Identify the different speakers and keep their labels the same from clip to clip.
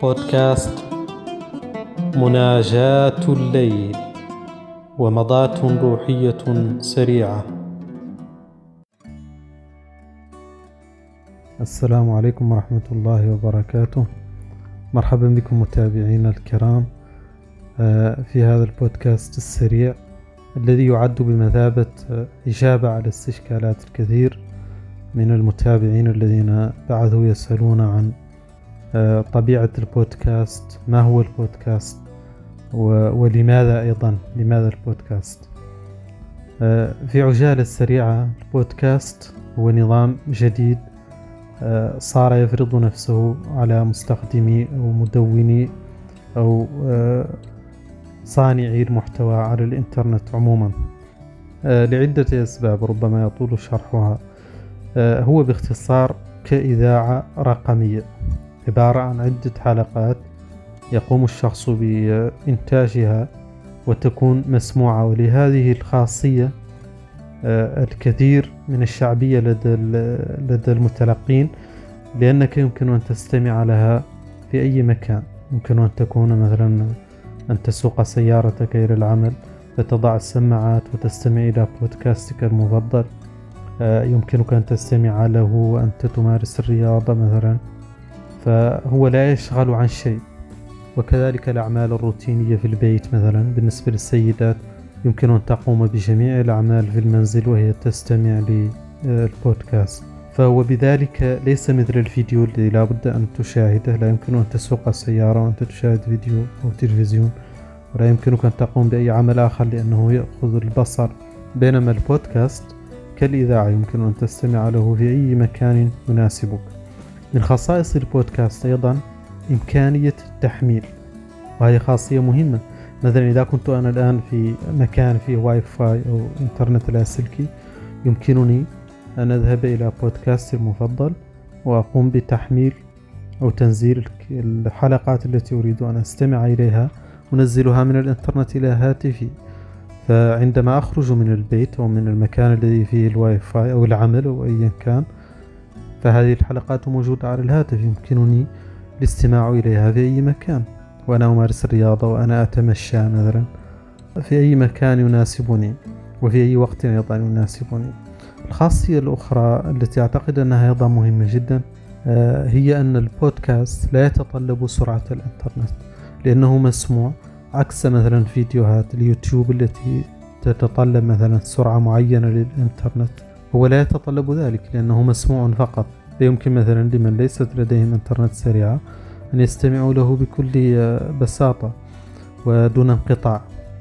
Speaker 1: بودكاست مناجاة الليل ومضاة روحية سريعة. السلام عليكم ورحمة الله وبركاته. مرحبا بكم متابعينا الكرام في هذا البودكاست السريع الذي يعد بمثابة إجابة على استشكالات الكثير من المتابعين الذين بعثوا يسألون عن طبيعة البودكاست، ما هو البودكاست ولماذا أيضا لماذا البودكاست. في عجالة سريعة، البودكاست هو نظام جديد صار يفرض نفسه على مستخدمي أو مدوني أو صانعي المحتوى على الإنترنت عموما لعدة أسباب ربما يطول شرحها. هو باختصار كإذاعة رقمية، عبارة عن عدة حلقات يقوم الشخص بإنتاجها وتكون مسموعة، ولهذه الخاصية الكثير من الشعبية لدى المتلقين، لأنك يمكن أن تستمع لها في أي مكان. يمكن أن تكون مثلا أن تسوق سيارتك إلى العمل فتضع السماعات وتستمع إلى بودكاستك المفضل. يمكنك أن تستمع له وأنت تمارس الرياضة مثلا، فهو لا يشغل عن شيء. وكذلك الأعمال الروتينية في البيت مثلا، بالنسبة للسيدات يمكن أن تقوم بجميع الأعمال في المنزل وهي تستمع للبودكاست. فهو بذلك ليس مثل الفيديو الذي لا بد أن تشاهده. لا يمكن أن تسوق السيارة وأنت تشاهد فيديو أو تلفزيون، ولا يمكنك أن تقوم بأي عمل آخر لأنه يأخذ البصر. بينما البودكاست كالإذاعة يمكن أن تستمع له في أي مكان يناسبك. من خصائص البودكاست أيضا إمكانية التحميل، وهي خاصية مهمة. مثلا إذا كنت أنا الآن في مكان فيه واي فاي أو إنترنت لاسلكي، يمكنني أن أذهب إلى بودكاست المفضل وأقوم بتحميل أو تنزيل الحلقات التي أريد أن أستمع إليها، ونزلها من الإنترنت إلى هاتفي. فعندما أخرج من البيت أو من المكان الذي فيه الواي فاي أو العمل أو أيا كان، فهذه الحلقات موجودة على الهاتف، يمكنني الاستماع إليها في أي مكان، وأنا أمارس الرياضة وأنا أتمشى مثلا، في أي مكان يناسبني وفي أي وقت أيضا يناسبني. الخاصية الأخرى التي أعتقد أنها أيضا مهمة جدا هي أن البودكاست لا يتطلب سرعة الإنترنت، لأنه مسموع، عكس مثلا فيديوهات اليوتيوب التي تتطلب مثلا سرعة معينة للإنترنت. هو لا يتطلب ذلك لأنه مسموع فقط، فيمكن مثلا لمن ليست لديهم إنترنت سريعة أن يستمعوا له بكل بساطة ودون انقطاع.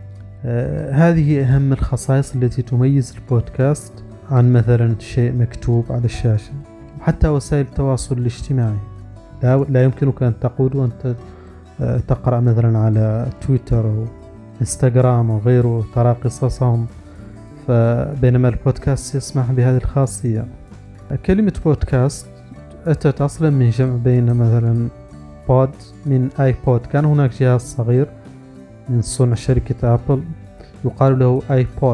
Speaker 1: هذه أهم الخصائص التي تميز البودكاست عن مثلا شيء مكتوب على الشاشة. حتى وسائل التواصل الاجتماعي لا يمكنك أن تقول وأنت تقرأ مثلا على تويتر أو انستغرام أو غيره ترى قصصهم، فبينما البودكاست يسمح بهذه الخاصية. كلمة بودكاست أتت أصلا من جمع بين مثلا بود من آيبود. كان هناك جهاز صغير من صنع شركة أبل يقال له آيبود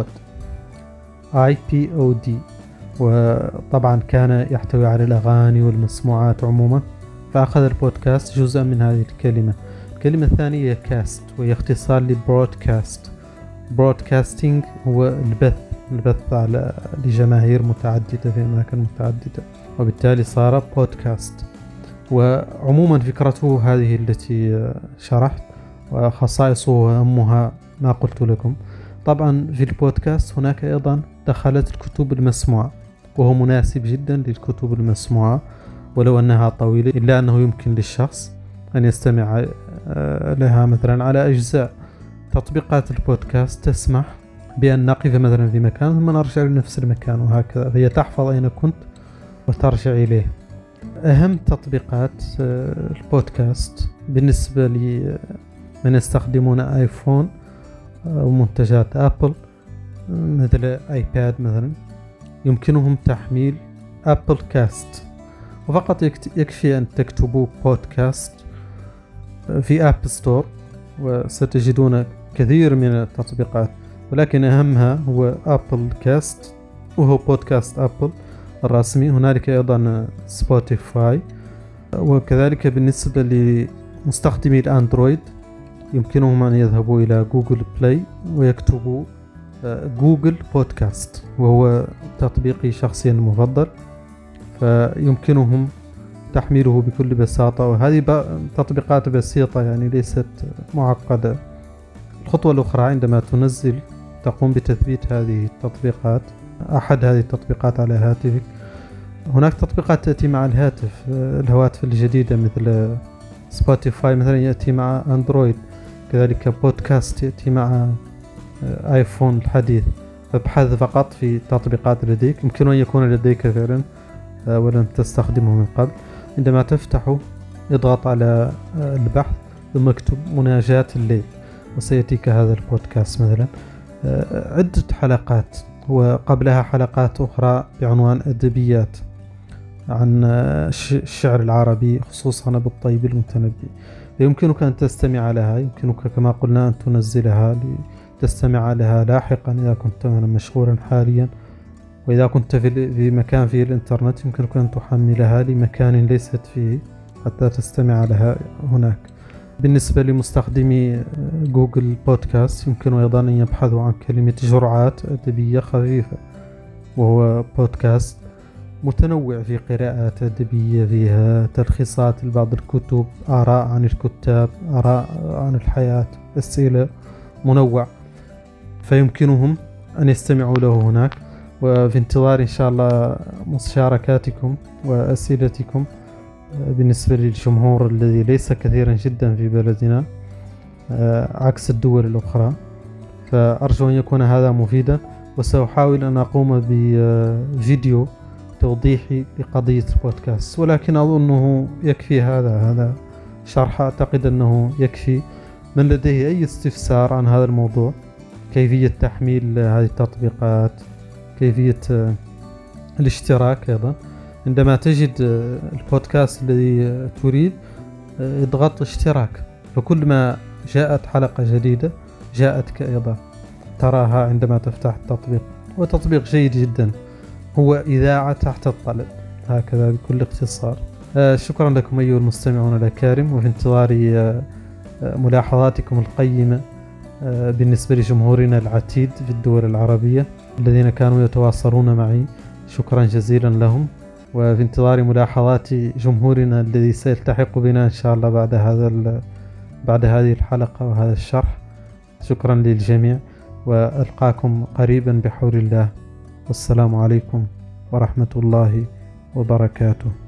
Speaker 1: IPOD، وطبعا كان يحتوي على الأغاني والمسموعات عموما، فأخذ البودكاست جزءا من هذه الكلمة. الكلمة الثانية هي كاست، وهي اختصار لبرودكاست. برودكاستينج هو البث على لجماهير متعددة في أماكن متعددة، وبالتالي صار بودكاست. وعموما فكرته هذه التي شرحت، وخصائصه وأهمها ما قلت لكم. طبعا في البودكاست هناك أيضا دخلت الكتب المسموعة، وهو مناسب جدا للكتب المسموعة ولو أنها طويلة، إلا أنه يمكن للشخص أن يستمع لها مثلا على أجزاء. تطبيقات البودكاست تسمح بأن نقف مثلا في مكان ثم نرجع لنفس المكان وهكذا، فهي تحفظ أين كنت وترجع إليه. أهم تطبيقات البودكاست بالنسبة لمن يستخدمون آيفون ومنتجات أبل مثل آيباد مثلا، يمكنهم تحميل أبل كاست، وفقط يكفي أن تكتبوا بودكاست في أب ستور وستجدون كثير من التطبيقات، ولكن أهمها هو أبل كاست، وهو بودكاست أبل الرسمي. هنالك أيضا سبوتيفاي، وكذلك بالنسبة مستخدمي الأندرويد يمكنهم أن يذهبوا إلى جوجل بلاي ويكتبوا جوجل بودكاست، وهو تطبيقي شخصيا المفضل، فيمكنهم تحميله بكل بساطة. وهذه تطبيقات بسيطة يعني ليست معقدة. الخطوة الأخرى عندما تقوم بتثبيت هذه التطبيقات، أحد هذه التطبيقات على هاتفك. هناك تطبيقات تأتي مع الهواتف الجديدة مثل سبوتيفاي مثلا يأتي مع أندرويد، كذلك بودكاست يأتي مع آيفون الحديث. فابحث فقط في تطبيقات لديك، يمكن أن يكون لديك فعلا ولم تستخدمه من قبل. عندما تفتحه اضغط على البحث ثم اكتب مناجاة الليل وسيأتيك هذا البودكاست مثلا. عدة حلقات وقبلها حلقات أخرى بعنوان أدبيات عن الشعر العربي خصوصا أبو الطيب المتنبي. يمكنك أن تستمع لها، يمكنك كما قلنا أن تنزلها لتستمع لها لاحقا إذا كنت مشغولا حاليا. وإذا كنت في مكان فيه الإنترنت يمكنك أن تحملها لمكان ليست فيه حتى تستمع لها هناك. بالنسبة لمستخدمي جوجل بودكاست يمكن أيضا أن يبحثوا عن كلمة جرعات أدبية خفيفة، وهو بودكاست متنوع في قراءات أدبية، فيها تلخيصات لبعض الكتب، آراء عن الكتاب، آراء عن الحياة، أسئلة منوع، فيمكنهم أن يستمعوا له هناك. وفي انتظار إن شاء الله مشاركاتكم وأسئلتكم بالنسبة للجمهور الذي ليس كثيرا جدا في بلدنا عكس الدول الأخرى. فأرجو أن يكون هذا مفيدا، وسأحاول أن أقوم بفيديو توضيحي لقضية البودكاست، ولكن أظنه يكفي هذا شرح. أعتقد أنه يكفي. من لديه أي استفسار عن هذا الموضوع، كيفية تحميل هذه التطبيقات، كيفية الاشتراك أيضا، عندما تجد البودكاست الذي تريد اضغط اشتراك، فكل ما جاءت حلقة جديدة جاءتك أيضا تراها عندما تفتح التطبيق. وتطبيق جيد جدا، هو إذاعة تحت الطلب، هكذا بكل اختصار. شكرا لكم أيها المستمعون الأكارم، وفي انتظار ملاحظاتكم القيمة بالنسبة لجمهورنا العتيد في الدول العربية الذين كانوا يتواصلون معي. شكرا جزيلا لهم، وفي انتظار ملاحظات جمهورنا الذي سيلتحق بنا إن شاء الله بعد هذه الحلقة وهذا الشرح. شكرا للجميع، وألقاكم قريبا بحول الله، والسلام عليكم ورحمة الله وبركاته.